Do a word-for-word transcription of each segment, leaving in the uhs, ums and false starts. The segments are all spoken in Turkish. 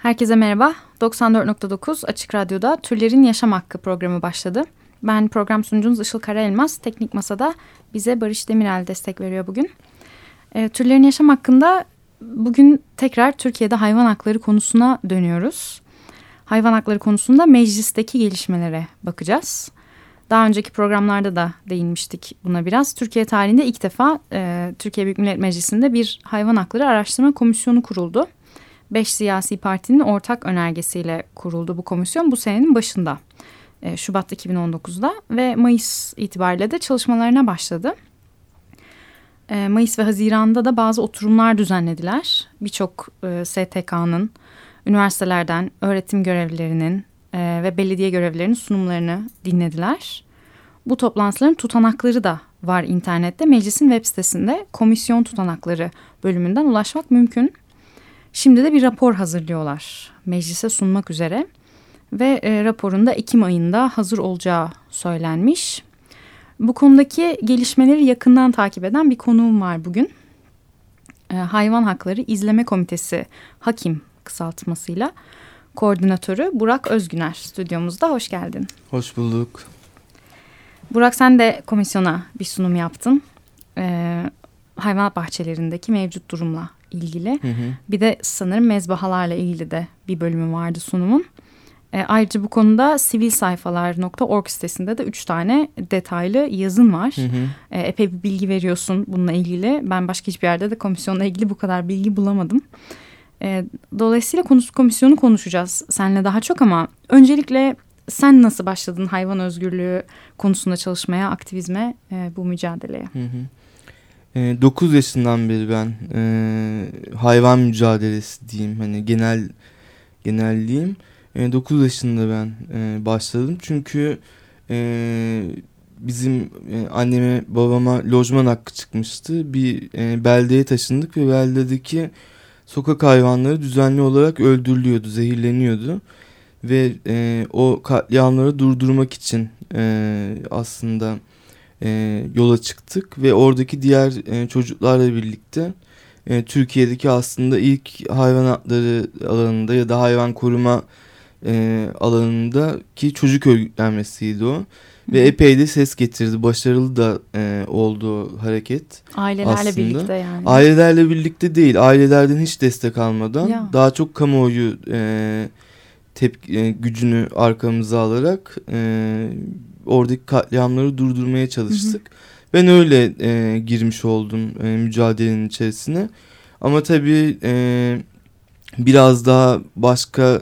Herkese merhaba. doksan dört nokta dokuz Açık Radyo'da Türlerin Yaşam Hakkı programı başladı. Ben program sunucunuz Işıl Karaelmaz. Teknik Masa'da bize Barış Demirel destek veriyor bugün. E, Türlerin Yaşam Hakkı'nda bugün tekrar Türkiye'de hayvan hakları konusuna dönüyoruz. Hayvan hakları konusunda meclisteki gelişmelere bakacağız. Daha önceki programlarda da değinmiştik buna biraz. Türkiye tarihinde ilk defa e, Türkiye Büyük Millet Meclisi'nde bir hayvan hakları araştırma komisyonu kuruldu. Beş siyasi partinin ortak önergesiyle kuruldu bu komisyon bu senenin başında. E, Şubat iki bin on dokuzda ve Mayıs itibariyle de çalışmalarına başladı. E, Mayıs ve Haziran'da da bazı oturumlar düzenlediler. Birçok e, S T K'nın, üniversitelerden öğretim görevlilerinin e, ve belediye görevlilerinin sunumlarını dinlediler. Bu toplantıların tutanakları da var internette. Meclisin web sitesinde komisyon tutanakları bölümünden ulaşmak mümkün. Şimdi de bir rapor hazırlıyorlar meclise sunmak üzere ve e, raporunda Ekim ayında hazır olacağı söylenmiş. Bu konudaki gelişmeleri yakından takip eden bir konuğum var bugün. E, Hayvan Hakları İzleme Komitesi Hakim kısaltmasıyla koordinatörü Burak Özgüner stüdyomuzda. Hoş geldin. Hoş bulduk. Burak, sen de komisyona bir sunum yaptın. E, hayvanat bahçelerindeki mevcut durumla ilgili. Hı hı. Bir de sanırım mezbahalarla ilgili de bir bölümü vardı sunumun. E, ayrıca bu konuda sivil sayfalar nokta org sitesinde de üç tane detaylı yazın var. Hı hı. E, epey bir bilgi veriyorsun bununla ilgili. Ben başka hiçbir yerde de komisyonla ilgili bu kadar bilgi bulamadım. E, dolayısıyla konusu komisyonu konuşacağız seninle daha çok ama öncelikle sen nasıl başladın hayvan özgürlüğü konusunda çalışmaya, aktivizme, e, bu mücadeleye? Hı hı. dokuz yaşından beri ben e, hayvan mücadelesi diyeyim, hani genel genelleyeyim. E, dokuz yaşında ben e, başladım çünkü e, bizim e, anneme babama lojman hakkı çıkmıştı. Bir e, beldeye taşındık ve beldedeki sokak hayvanları düzenli olarak öldürülüyordu, zehirleniyordu ve e, o katliamları durdurmak için e, aslında E, yola çıktık ve oradaki diğer e, çocuklarla birlikte e, Türkiye'deki aslında ilk hayvan hakları alanında ya da hayvan koruma e, alanındaki çocuk örgütlenmesiydi o. Hı. Ve epey de ses getirdi. Başarılı da e, oldu hareket. Ailelerle aslında. birlikte yani. Ailelerle birlikte değil. Ailelerden hiç destek almadan ya. Daha çok kamuoyu e, tepki, e, gücünü arkamıza alarak e, oradaki katliamları durdurmaya çalıştık. Hı hı. Ben öyle e, girmiş oldum e, mücadelenin içerisine. Ama tabii e, biraz daha başka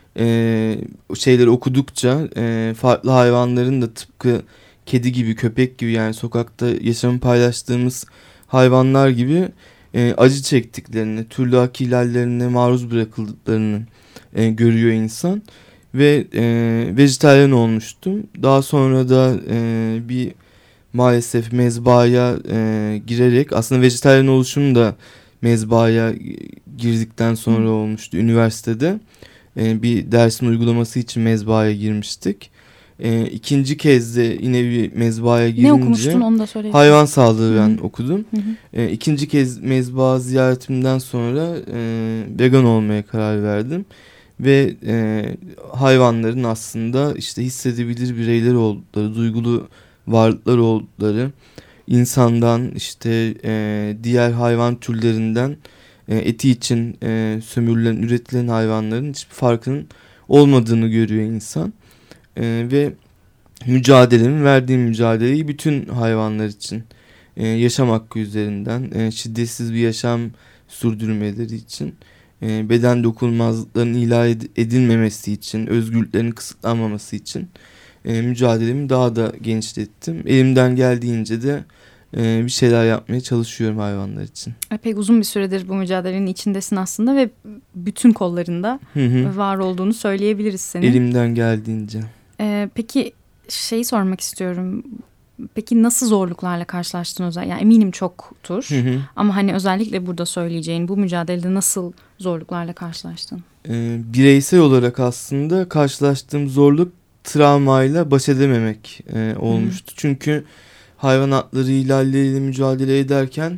e, şeyleri okudukça e, farklı hayvanların da tıpkı kedi gibi, köpek gibi, yani sokakta yaşamı paylaştığımız hayvanlar gibi e, acı çektiklerini, türlü hak ihlallerine maruz bırakıldıklarını e, görüyor insan. Ve e, vejetaryen olmuştum. Daha sonra da e, bir maalesef mezbahaya e, girerek, aslında vejetaryen oluşum da mezbahaya girdikten sonra olmuştu üniversitede. E, bir dersin uygulaması için mezbahaya girmiştik. E, ikinci kez de yine bir mezbahaya girince... Ne okumuştun, onu da söyleyeyim. Hayvan sağlığı ben Hı-hı. okudum. Hı-hı. E, ikinci kez mezbaha ziyaretimden sonra e, vegan olmaya karar verdim. Ve e, hayvanların aslında işte hissedebilir bireyler oldukları, duygulu varlıklar oldukları, insandan işte e, diğer hayvan türlerinden e, eti için e, sömürülen, üretilen hayvanların hiçbir farkının olmadığını görüyor insan. E, ve mücadelenin, verdiğim mücadeleyi bütün hayvanlar için e, yaşam hakkı üzerinden, e, şiddetsiz bir yaşam sürdürmeleri için, beden dokunulmazlıklarının ihlal edilmemesi için, özgürlüklerin kısıtlanmaması için e, mücadelemi daha da genişlettim. Elimden geldiğince de e, bir şeyler yapmaya çalışıyorum hayvanlar için. Epey uzun bir süredir bu mücadelenin içindesin aslında ve bütün kollarında hı hı. var olduğunu söyleyebiliriz senin. Elimden geldiğince. E, peki şeyi sormak istiyorum. Peki nasıl zorluklarla karşılaştın özel? Yani eminim çoktur. Hı hı. Ama hani özellikle burada söyleyeceğin bu mücadelede nasıl zorluklarla karşılaştın? Ee, bireysel olarak aslında karşılaştığım zorluk travmayla baş edememek e, olmuştu. Hı. Çünkü hayvan hakları ihlalleriyle mücadele ederken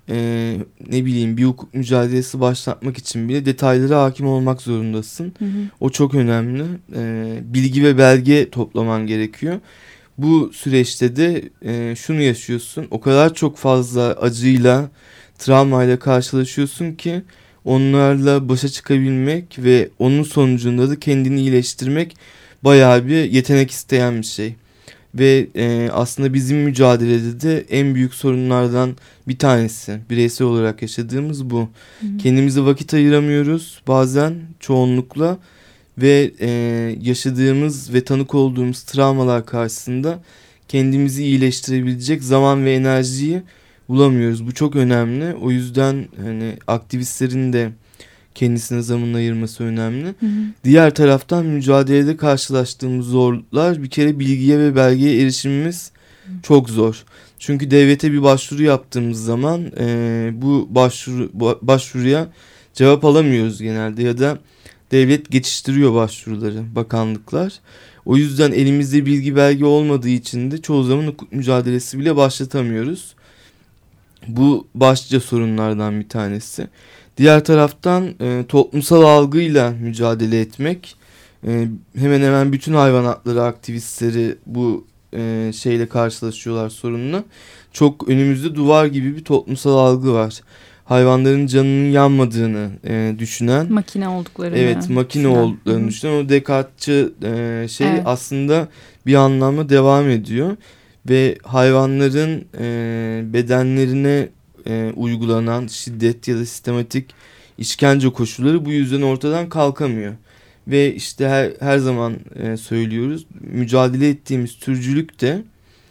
e, ne bileyim bir hukuk mücadelesi başlatmak için bile detaylara hakim olmak zorundasın. Hı hı. O çok önemli. E, bilgi ve belge toplaman gerekiyor. Bu süreçte de e, şunu yaşıyorsun. O kadar çok fazla acıyla, travmayla karşılaşıyorsun ki onlarla başa çıkabilmek ve onun sonucunda da kendini iyileştirmek bayağı bir yetenek isteyen bir şey. Ve e, aslında bizim mücadelede de en büyük sorunlardan bir tanesi bireysel olarak yaşadığımız bu. Hı hı. Kendimize vakit ayıramıyoruz bazen, çoğunlukla ve e, yaşadığımız ve tanık olduğumuz travmalar karşısında kendimizi iyileştirebilecek zaman ve enerjiyi bulamıyoruz. Bu çok önemli. O yüzden hani aktivistlerin de kendisine zaman ayırması önemli. Hı hı. Diğer taraftan mücadelede karşılaştığımız zorluklar, bir kere bilgiye ve belgeye erişimimiz hı. çok zor. Çünkü devlete bir başvuru yaptığımız zaman e, bu başvuru bu, başvuruya cevap alamıyoruz genelde ya da devlet geçiştiriyor başvuruları, bakanlıklar. O yüzden elimizde bilgi belge olmadığı için de çoğu zaman hukuk mücadelesi bile başlatamıyoruz. Bu başlıca sorunlardan bir tanesi. Diğer taraftan e, toplumsal algıyla mücadele etmek. E, hemen hemen bütün hayvan hakları aktivistleri bu e, şeyle karşılaşıyorlar, sorunla. Çok önümüzde duvar gibi bir toplumsal algı var. Hayvanların canının yanmadığını e, düşünen. Makine olduklarını. Evet, makine düşünen. olduklarını Hı-hı. düşünen o Descartes'çı e, şey evet. aslında bir anlamda devam ediyor. Ve hayvanların e, bedenlerine e, uygulanan şiddet ya da sistematik işkence koşulları bu yüzden ortadan kalkamıyor. Ve işte her, her zaman e, söylüyoruz, mücadele ettiğimiz türcülük de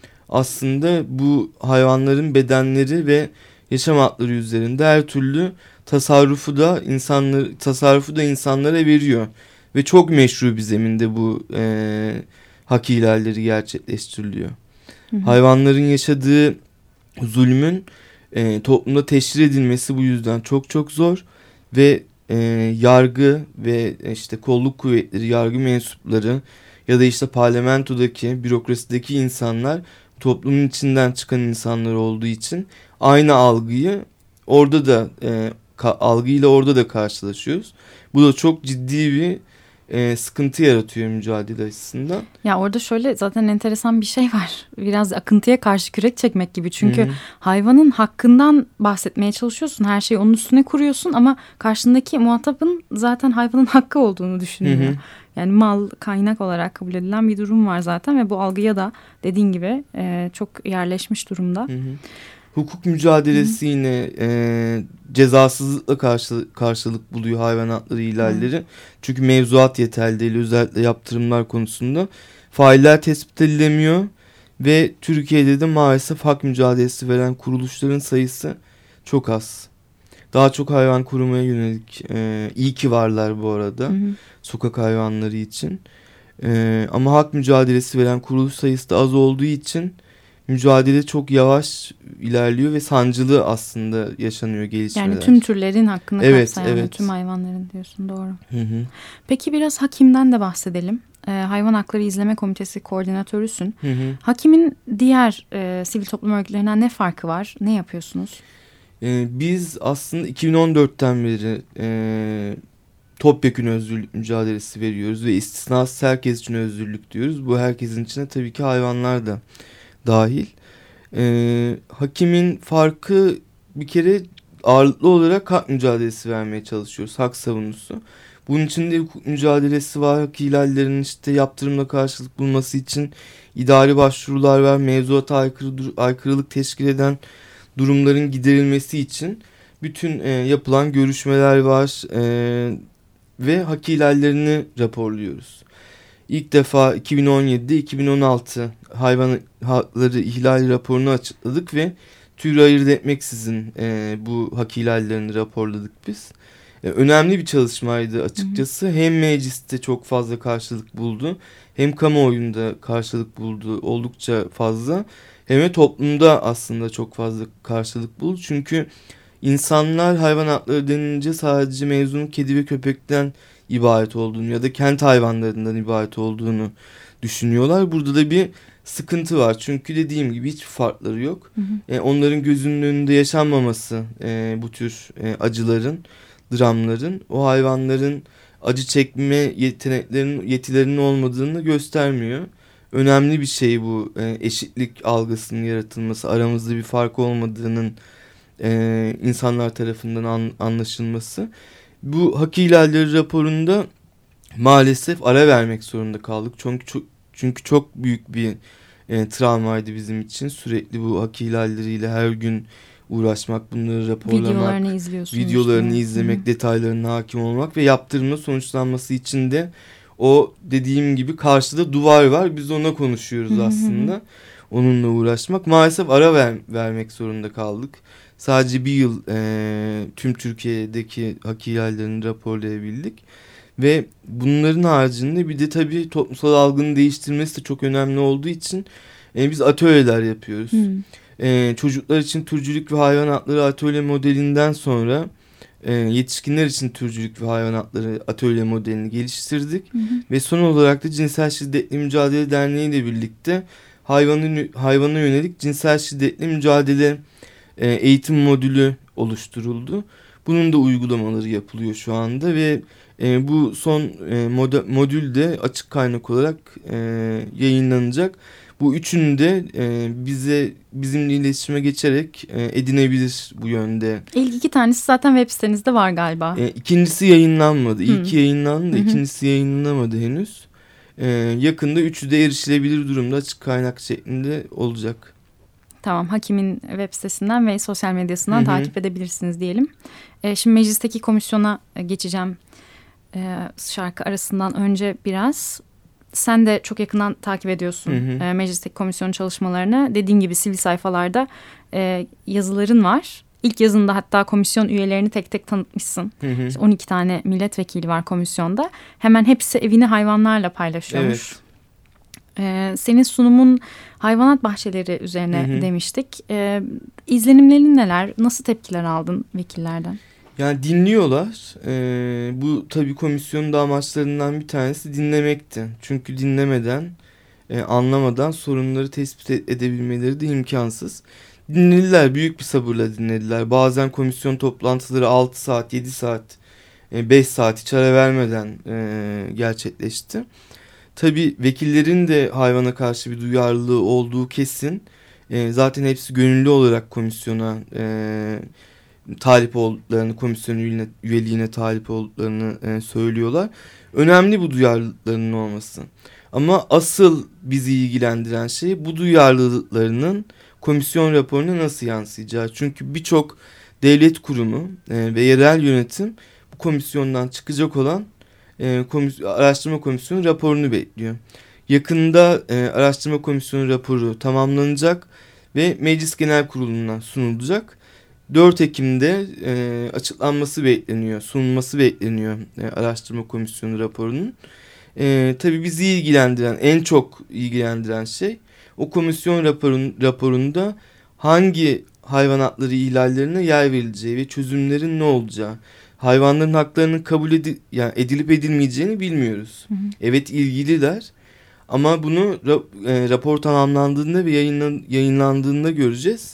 aslında bu hayvanların bedenleri ve yaşam hakları üzerinde her türlü tasarrufu da insanlar tasarrufu da insanlara veriyor. Ve çok meşru bir zeminde bu e, hak ihlalleri gerçekleştiriliyor. Hı hı. Hayvanların yaşadığı zulmün e, toplumda teşhir edilmesi bu yüzden çok çok zor ve e, yargı ve işte kolluk kuvvetleri, yargı mensupları ya da işte parlamentodaki, bürokrasideki insanlar toplumun içinden çıkan insanlar olduğu için aynı algıyı orada da e, ka, algıyla orada da karşılaşıyoruz. Bu da çok ciddi bir E, sıkıntı yaratıyor mücadele açısından. Ya orada şöyle zaten enteresan bir şey var. Biraz akıntıya karşı kürek çekmek gibi. Çünkü Hı-hı. hayvanın hakkından bahsetmeye çalışıyorsun. Her şeyi onun üstüne kuruyorsun ama karşındaki muhatabın zaten hayvanın hakkı olduğunu düşünüyor. Hı-hı. Yani mal, kaynak olarak kabul edilen bir durum var zaten ve bu algıya da dediğin gibi e, çok yerleşmiş durumda. Hı-hı. Hukuk mücadelesi Hı-hı. yine e, cezasızlıkla karşı, karşılık buluyor hayvan hakları ihlalleri. Hı-hı. Çünkü mevzuat yeterli değil, özellikle yaptırımlar konusunda. Failler tespit edilemiyor ve Türkiye'de de maalesef hak mücadelesi veren kuruluşların sayısı çok az. Daha çok hayvan korumaya yönelik e, iyi ki varlar bu arada, Hı-hı. sokak hayvanları için. E, ama hak mücadelesi veren kuruluş sayısı da az olduğu için mücadele çok yavaş ilerliyor ve sancılı aslında yaşanıyor gelişmeler. Yani tüm türlerin hakkını evet, kapsayan evet. tüm hayvanların diyorsun, doğru. Hı hı. Peki biraz Hakim'den de bahsedelim. Ee, Hayvan Hakları İzleme Komitesi koordinatörüsün. Hı hı. Hakim'in diğer e, sivil toplum örgütlerinden ne farkı var? Ne yapıyorsunuz? Ee, biz aslında iki bin on dörtten beri e, topyekün özgürlük mücadelesi veriyoruz ve istisnasız herkes için özgürlük diyoruz. Bu herkesin içine tabii ki hayvanlar da dahil. Ee, Hakim'in farkı bir kere ağırlıklı olarak hak mücadelesi vermeye çalışıyoruz. Hak savunusu. Bunun için de hukuk mücadelesi var. Hak ihlallerinin işte yaptırımla karşılık bulması için idari başvurular var. Mevzuata aykırı, aykırılık teşkil eden durumların giderilmesi için bütün e, yapılan görüşmeler var. E, ve hak ihlallerini raporluyoruz. İlk defa iki bin on yedide iki bin on altı hayvan hakları ihlali raporunu açıkladık ve tür ayırt etmeksizin e, bu hak ihlallerini raporladık biz. E, önemli bir çalışmaydı açıkçası. Hı hı. Hem mecliste çok fazla karşılık buldu, hem kamuoyunda karşılık buldu oldukça fazla, hem de toplumda aslında çok fazla karşılık buldu. Çünkü insanlar hayvan hakları denince sadece mevzunun kedi ve köpekten ibaret olduğunu ya da kent hayvanlarından ibaret olduğunu düşünüyorlar. Burada da bir sıkıntı var. Çünkü dediğim gibi hiçbir farkları yok. Hı hı. E, onların gözünün önünde yaşanmaması e, bu tür e, acıların, dramların, o hayvanların acı çekme yeteneklerinin, yetilerinin olmadığını göstermiyor. Önemli bir şey bu e, eşitlik algısının yaratılması, aramızda bir fark olmadığının e, insanlar tarafından an, anlaşılması. Bu Haki İhlalleri raporunda maalesef ara vermek zorunda kaldık. Çünkü çok, çünkü çok büyük bir e, travmaydı bizim için. Sürekli bu hak ihlalleriyle her gün uğraşmak, bunları raporlamak, videolarını izliyorsunuz, videolarını işte. izlemek, Hı. detaylarına hakim olmak ve yaptırımla sonuçlanması için de o dediğim gibi karşıda duvar var. Biz ona konuşuyoruz hı hı. aslında. Onunla uğraşmak. Maalesef ara ver, vermek zorunda kaldık. Sadece bir yıl e, tüm Türkiye'deki hak ihlallerini raporlayabildik. Ve bunların haricinde bir de tabii toplumsal algının değiştirmesi de çok önemli olduğu için e, biz atölyeler yapıyoruz. Hmm. E, çocuklar için türcülük ve hayvan hakları atölye modelinden sonra e, yetişkinler için türcülük ve hayvan hakları atölye modelini geliştirdik. Hmm. Ve son olarak da Cinsel Şiddetle Mücadele Derneği ile birlikte hayvanı, hayvana yönelik cinsel şiddetle mücadele e, eğitim modülü oluşturuldu. Bunun da uygulamaları yapılıyor şu anda ve E, bu son e, mod- modül de açık kaynak olarak e, yayınlanacak. Bu üçünü de e, bize bizimle iletişime geçerek e, edinebilir bu yönde. İlk iki tanesi zaten web sitenizde var galiba. E, ikincisi yayınlanmadı. Hmm. İlki yayınlandı da ikincisi yayınlanamadı henüz. E, yakında üçü de erişilebilir durumda açık kaynak şeklinde olacak. Tamam, Hakim'in web sitesinden ve sosyal medyasından Hı-hı. takip edebilirsiniz diyelim. E, şimdi meclisteki komisyona geçeceğim. Ee, şarkı arasından önce biraz sen de çok yakından takip ediyorsun hı hı. E, meclisteki komisyon çalışmalarını. Dediğin gibi sivil sayfalarda e, yazıların var. İlk yazında hatta komisyon üyelerini tek tek tanıtmışsın. Hı hı. İşte on iki tane milletvekili var komisyonda. Hemen hepsi evini hayvanlarla paylaşıyormuş. Evet. E, senin sunumun hayvanat bahçeleri üzerine hı hı. demiştik. E, izlenimlerin neler? Nasıl tepkiler aldın vekillerden? Yani dinliyorlar. Ee, bu tabii komisyonun da amaçlarından bir tanesi dinlemekti. Çünkü dinlemeden, e, anlamadan sorunları tespit edebilmeleri de imkansız. Dinlediler, büyük bir sabırla dinlediler. Bazen komisyon toplantıları altı saat, yedi saat, e, beş saat hiç ara vermeden e, gerçekleşti. Tabii vekillerin de hayvana karşı bir duyarlılığı olduğu kesin. E, zaten hepsi gönüllü olarak komisyona E, talip olduklarını, komisyon üyeliğine, üyeliğine talip olduklarını e, söylüyorlar. Önemli bu duyarlılıklarının olması. Ama asıl bizi ilgilendiren şey bu duyarlılıklarının komisyon raporuna nasıl yansıyacağı. Çünkü birçok devlet kurumu e, ve yerel yönetim bu komisyondan çıkacak olan e, komis- araştırma komisyonu raporunu bekliyor. Yakında e, araştırma komisyonu raporu tamamlanacak ve Meclis Genel Kurulu'na sunulacak. dört Ekim'de e, açıklanması bekleniyor, sunulması bekleniyor e, araştırma komisyonu raporunun. E, tabii bizi ilgilendiren, en çok ilgilendiren şey o komisyon raporun, raporunda hangi hayvan hakları ihlallerine yer verileceği ve çözümlerin ne olacağı. Hayvanların haklarının kabul edi, yani edilip edilmeyeceğini bilmiyoruz. Hı hı. Evet ilgililer ama bunu ra- e, rapor tamamlandığında ve yayınlan, yayınlandığında göreceğiz.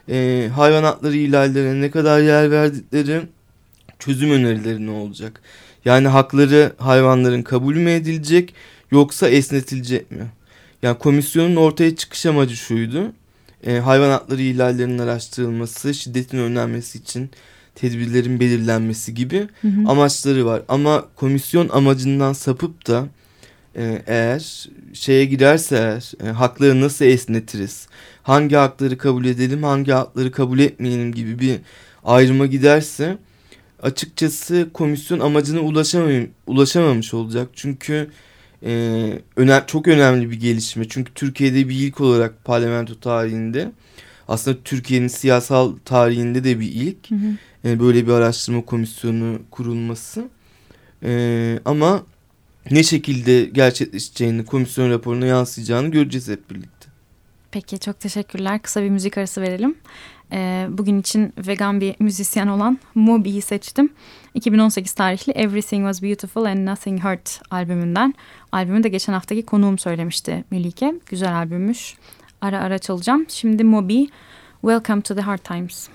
E, hayvan hakları ihlallerine ne kadar yer verdikleri, çözüm önerileri ne olacak? Yani hakları hayvanların kabul mü edilecek yoksa esnetilecek mi? Yani komisyonun ortaya çıkış amacı şuydu. E, hayvan hakları ihlallerinin araştırılması, şiddetin önlenmesi için tedbirlerin belirlenmesi gibi hı hı. amaçları var. Ama komisyon amacından sapıp da e, eğer şeye giderse eğer e, hakları nasıl esnetiriz? Hangi hakları kabul edelim, hangi hakları kabul etmeyelim gibi bir ayrıma giderse açıkçası komisyon amacına ulaşamam, ulaşamamış olacak. Çünkü e, önem, çok önemli bir gelişme. Çünkü Türkiye'de bir ilk olarak parlamento tarihinde, aslında Türkiye'nin siyasal tarihinde de bir ilk. Hı hı. E, böyle bir araştırma komisyonu kurulması. E, ama ne şekilde gerçekleşeceğini, komisyon raporuna yansıyacağını göreceğiz hep birlikte. Peki, çok teşekkürler. Kısa bir müzik arası verelim. E, bugün için vegan bir müzisyen olan Moby'yi seçtim. iki bin on sekiz tarihli Everything Was Beautiful and Nothing Hurt albümünden. Albümü de geçen haftaki konuğum söylemişti Melike. Güzel albümmüş. Ara ara çalacağım. Şimdi Moby, Welcome to the Hard Times.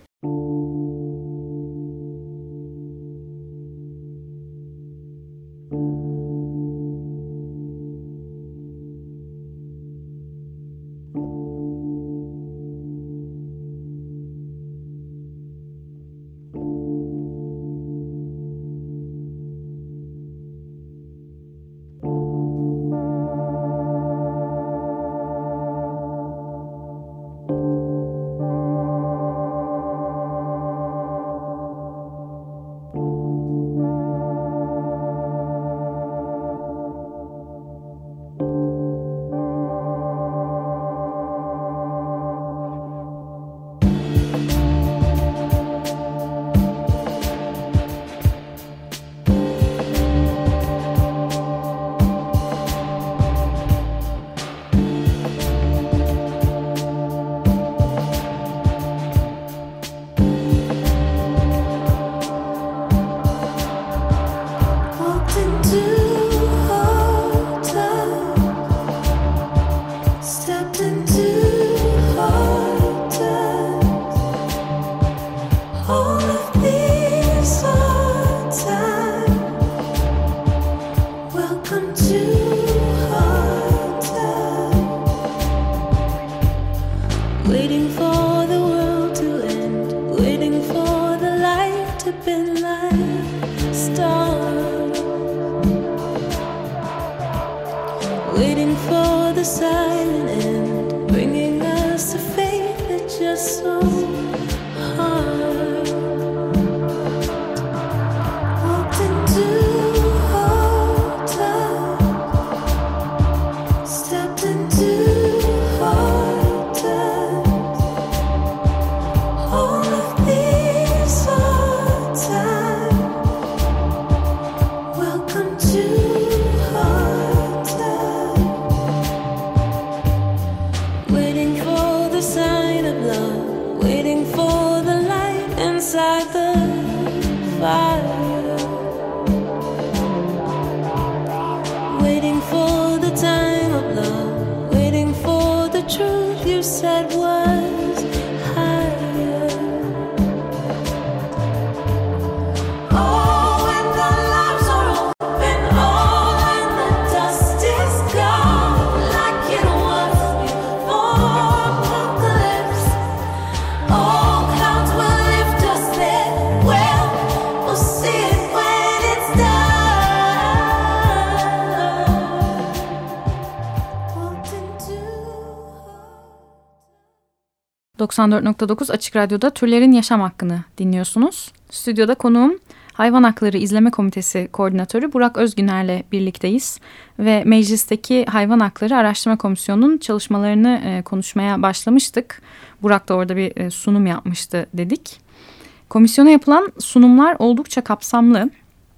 doksan dört nokta dokuz Açık Radyo'da Türlerin Yaşam Hakkı'nı dinliyorsunuz. Stüdyoda konuğum Hayvan Hakları İzleme Komitesi Koordinatörü Burak Özgüner'le birlikteyiz. Ve meclisteki Hayvan Hakları Araştırma Komisyonu'nun çalışmalarını e, konuşmaya başlamıştık. Burak da orada bir e, sunum yapmıştı dedik. Komisyona yapılan sunumlar oldukça kapsamlı.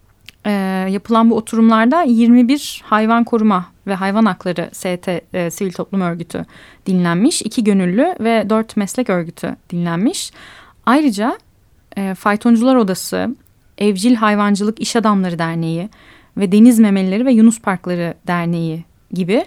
E, yapılan bu oturumlarda yirmi bir hayvan koruma ve hayvan hakları S T e, Sivil Toplum Örgütü dinlenmiş. iki gönüllü ve dört meslek örgütü dinlenmiş. Ayrıca e, Faytoncular Odası, Evcil Hayvancılık İş Adamları Derneği ve Deniz Memelileri ve Yunus Parkları Derneği gibi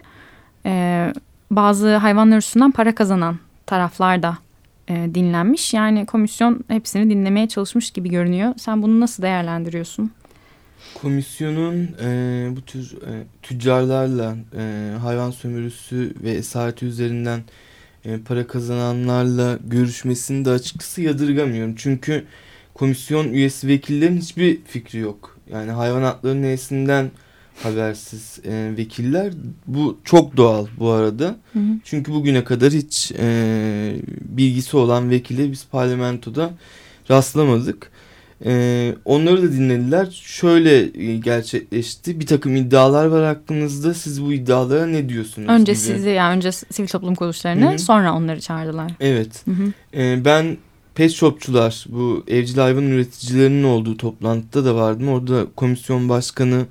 e, bazı hayvanlar üstünden para kazanan taraflar da e, dinlenmiş. Yani komisyon hepsini dinlemeye çalışmış gibi görünüyor. Sen bunu nasıl değerlendiriyorsun? Komisyonun e, bu tür e, tüccarlarla, e, hayvan sömürüsü ve esareti üzerinden e, para kazananlarla görüşmesini de açıkçası yadırgamıyorum. Çünkü komisyon üyesi vekillerin hiçbir fikri yok. Yani hayvan hakları neyesinden habersiz e, vekiller. Bu çok doğal bu arada. Hı hı. Çünkü bugüne kadar hiç e, bilgisi olan vekile biz parlamentoda rastlamadık. Ee, onları da dinlediler. Şöyle gerçekleşti. Bir takım iddialar var hakkınızda. Siz bu iddialara ne diyorsunuz? Önce gibi. sizi yani önce sivil toplum kuruluşlarını, Hı-hı. sonra onları çağırdılar. Evet. Ee, ben pet shopçular, bu evcil hayvan üreticilerinin olduğu toplantıda da vardım. Orada komisyon başkanı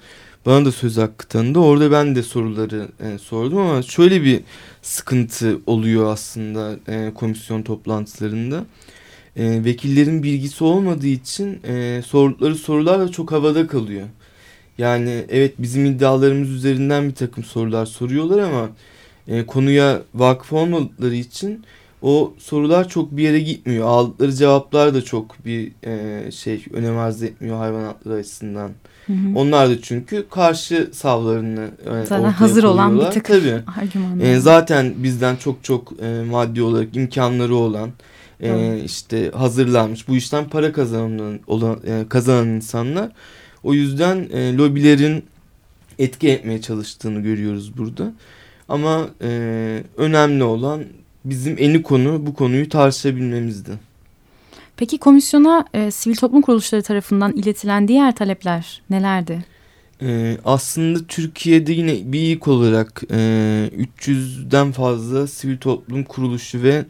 bana da söz hakkı tanıdı. Orada ben de soruları e, sordum ama şöyle bir sıkıntı oluyor aslında e, komisyon toplantılarında. E, vekillerin bilgisi olmadığı için e, sordukları sorular da çok havada kalıyor. Yani evet, bizim iddialarımız üzerinden bir takım sorular soruyorlar ama e, konuya vakıf olmadıkları için o sorular çok bir yere gitmiyor. Aldıkları cevaplar da çok bir e, şey önem arz etmiyor hayvan hakları açısından. Hı hı. Onlar da çünkü karşı savlarını e, zaten hazır olan bir tık argümanlar. E, zaten bizden çok çok e, maddi olarak imkanları olan, e, işte hazırlanmış, bu işten para kazanan olan e, kazanan insanlar. O yüzden e, lobilerin etki etmeye çalıştığını görüyoruz burada. Ama e, önemli olan bizim eni konu bu konuyu tartışabilmemizdi. Peki komisyona e, sivil toplum kuruluşları tarafından iletilen diğer talepler nelerdi? E, aslında Türkiye'de yine bir ilk olarak e, üç yüzden fazla sivil toplum kuruluşu ve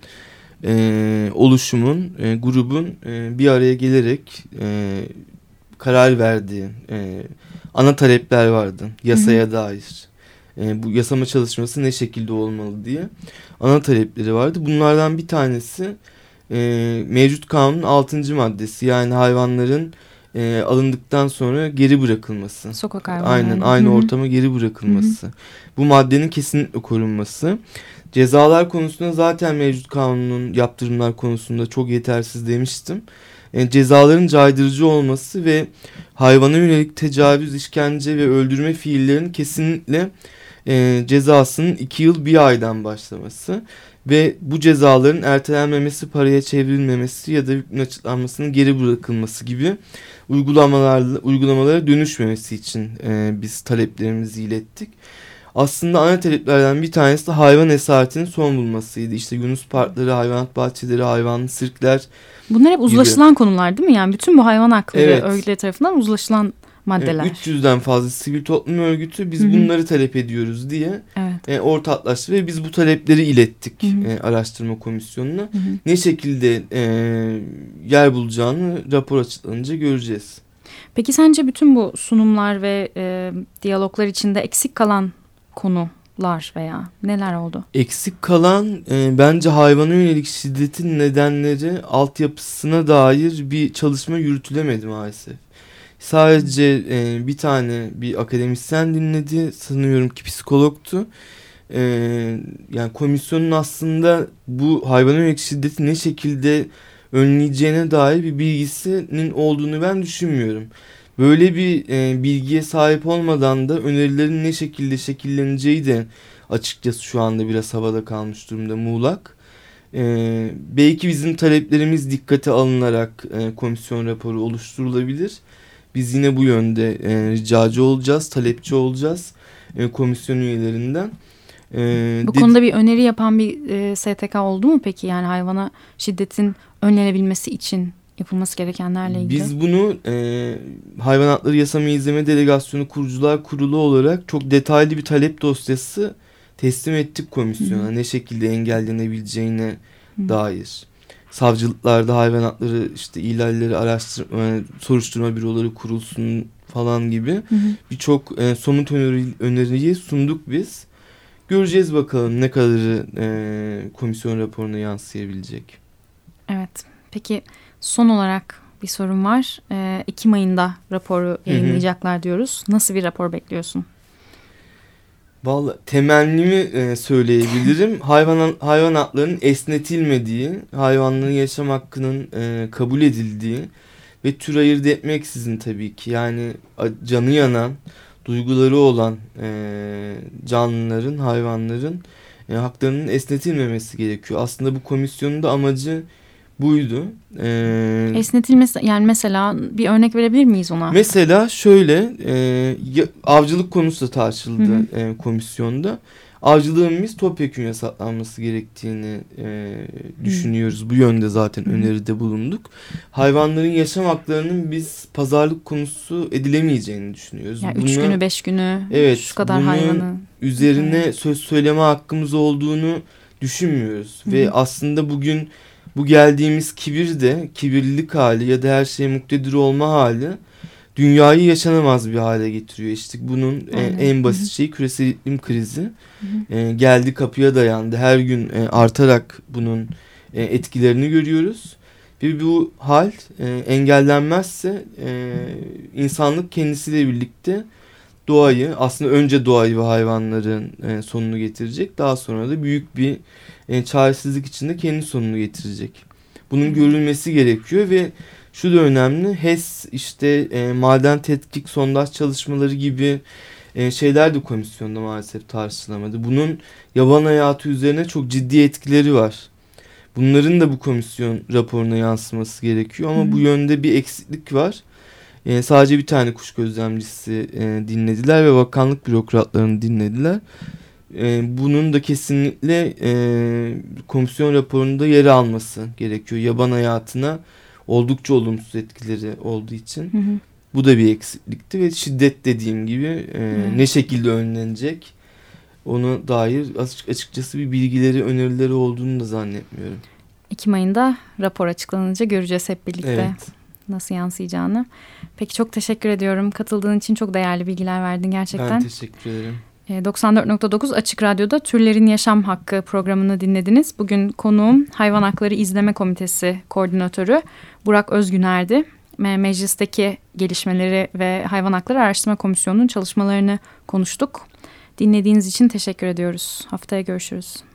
e, oluşumun, e, grubun e, bir araya gelerek e, karar verdiği e, ana talepler vardı yasaya hı hı. dair. E, bu yasama çalışması ne şekilde olmalı diye ana talepleri vardı. Bunlardan bir tanesi e, mevcut kanunun altıncı maddesi, yani hayvanların e, alındıktan sonra geri bırakılması. Sokak hayvanları. Aynen, aynı Hı-hı. ortama geri bırakılması. Hı-hı. Bu maddenin kesinlikle korunması. Cezalar konusunda zaten mevcut kanunun yaptırımlar konusunda çok yetersiz demiştim. E, cezaların caydırıcı olması ve hayvana yönelik tecavüz, işkence ve öldürme fiillerinin kesinlikle e, cezasının iki yıl bir aydan başlaması ve bu cezaların ertelenmemesi, paraya çevrilmemesi ya da hükmün açıklanmasının geri bırakılması gibi uygulamalarla uygulamalara dönüşmemesi için e, biz taleplerimizi ilettik. Aslında ana taleplerden bir tanesi de hayvan esaretinin son bulmasıydı. İşte Yunus parkları, hayvanat bahçeleri, hayvanlı sirkler. Bunlar hep uzlaşılan gibi konular değil mi? Yani bütün bu hayvan hakları evet. örgütleri tarafından uzlaşılan maddeler. üç yüzden fazla sivil toplum örgütü biz Hı-hı. bunları talep ediyoruz diye evet. e, ortaklaştı ve biz bu talepleri ilettik e, araştırma komisyonuna. Hı-hı. Ne şekilde e, yer bulacağını rapor açıklanınca göreceğiz. Peki sence bütün bu sunumlar ve e, diyaloglar içinde eksik kalan konular veya neler oldu? Eksik kalan e, bence hayvana yönelik şiddetin nedenleri, altyapısına dair bir çalışma yürütülemedi maalesef. Sadece e, bir tane bir akademisyen dinledi, sanıyorum ki psikologtu. E, yani komisyonun aslında bu hayvana yönelik şiddeti ne şekilde önleyeceğine dair bir bilgisinin olduğunu ben düşünmüyorum. Böyle bir e, bilgiye sahip olmadan da önerilerin ne şekilde şekilleneceği de açıkçası şu anda biraz havada kalmış durumda, muğlak. E, belki bizim taleplerimiz dikkate alınarak e, komisyon raporu oluşturulabilir. Biz yine bu yönde e, ricacı olacağız, talepçi olacağız e, komisyon üyelerinden. E, bu konuda bir öneri yapan bir e, S T K oldu mu peki? Yani hayvana şiddetin önlenebilmesi için yapılması gerekenlerle ilgili. Biz bunu e, Hayvan Hakları Yasama İzleme Delegasyonu Kurucular Kurulu olarak çok detaylı bir talep dosyası teslim ettik komisyona. Hı. Ne şekilde engellenebileceğine Hı. dair. Savcılıklarda hayvan hakları işte ihlalleri araştırma, soruşturma büroları kurulsun falan gibi birçok e, somut öneri, öneriyi sunduk biz. Göreceğiz bakalım ne kadarı e, komisyon raporuna yansıyabilecek. Evet. Peki son olarak bir sorum var. E, Ekim ayında raporu yayınlayacaklar hı hı. diyoruz. Nasıl bir rapor bekliyorsun? Vallahi temennimi e, söyleyebilirim. hayvan hayvan haklarının esnetilmediği, hayvanların yaşam hakkının e, kabul edildiği ve tür ayırt etmeksizin tabii ki, yani canı yanan, duyguları olan e, canlıların, hayvanların e, haklarının esnetilmemesi gerekiyor. Aslında bu komisyonun da amacı buydu. Ee, Esnetilmesi, yani mesela bir örnek verebilir miyiz ona? Mesela şöyle e, avcılık konusu da tartışıldı hı hı. E, komisyonda. Avcılığın biz topyekun yasaklanması gerektiğini e, düşünüyoruz. Hı. Bu yönde zaten hı. öneride bulunduk. Hayvanların yaşam haklarının biz pazarlık konusu edilemeyeceğini düşünüyoruz. Yani Buna, üç günü beş günü evet, şu kadar hayvanı. Üzerine hı. söz söyleme hakkımız olduğunu düşünmüyoruz. Hı. Ve aslında bugün bu geldiğimiz kibir de, kibirlilik hali ya da her şeye muktedir olma hali dünyayı yaşanamaz bir hale getiriyor. İşte bunun e, en basit şeyi küresel iklim krizi. E, geldi kapıya dayandı. Her gün e, artarak bunun e, etkilerini görüyoruz. Ve bu hal e, engellenmezse e, insanlık kendisiyle birlikte doğayı, aslında önce doğayı ve hayvanların e, sonunu getirecek. Daha sonra da büyük bir e, çaresizlik içinde kendi sonunu getirecek. Bunun görülmesi gerekiyor ve şu da önemli. H E S, işte e, maden tetkik sondaj çalışmaları gibi e, şeyler de komisyonda maalesef tartışılamadı. Bunun yaban hayatı üzerine çok ciddi etkileri var. Bunların da bu komisyon raporuna yansıması gerekiyor ama Hı. bu yönde bir eksiklik var. E, sadece bir tane kuş gözlemcisi e, dinlediler ve bakanlık bürokratlarını dinlediler. E, bunun da kesinlikle e, komisyon raporunda yer alması gerekiyor. Yaban hayatına oldukça olumsuz etkileri olduğu için. Hı hı. Bu da bir eksiklikti ve şiddet dediğim gibi e, ne şekilde önlenecek ona dair açık, açıkçası bir bilgileri, önerileri olduğunu da zannetmiyorum. Ekim ayında rapor açıklanınca göreceğiz hep birlikte. Evet. Nasıl yansıyacağını. Peki çok teşekkür ediyorum. Katıldığın için çok değerli bilgiler verdin gerçekten. Ben teşekkür ederim. doksan dört nokta dokuz Açık Radyo'da Türlerin Yaşam Hakkı programını dinlediniz. Bugün konuğum Hayvan Hakları İzleme Komitesi Koordinatörü Burak Özgüner'di. Meclisteki gelişmeleri ve Hayvan Hakları Araştırma Komisyonu'nun çalışmalarını konuştuk. Dinlediğiniz için teşekkür ediyoruz. Haftaya görüşürüz.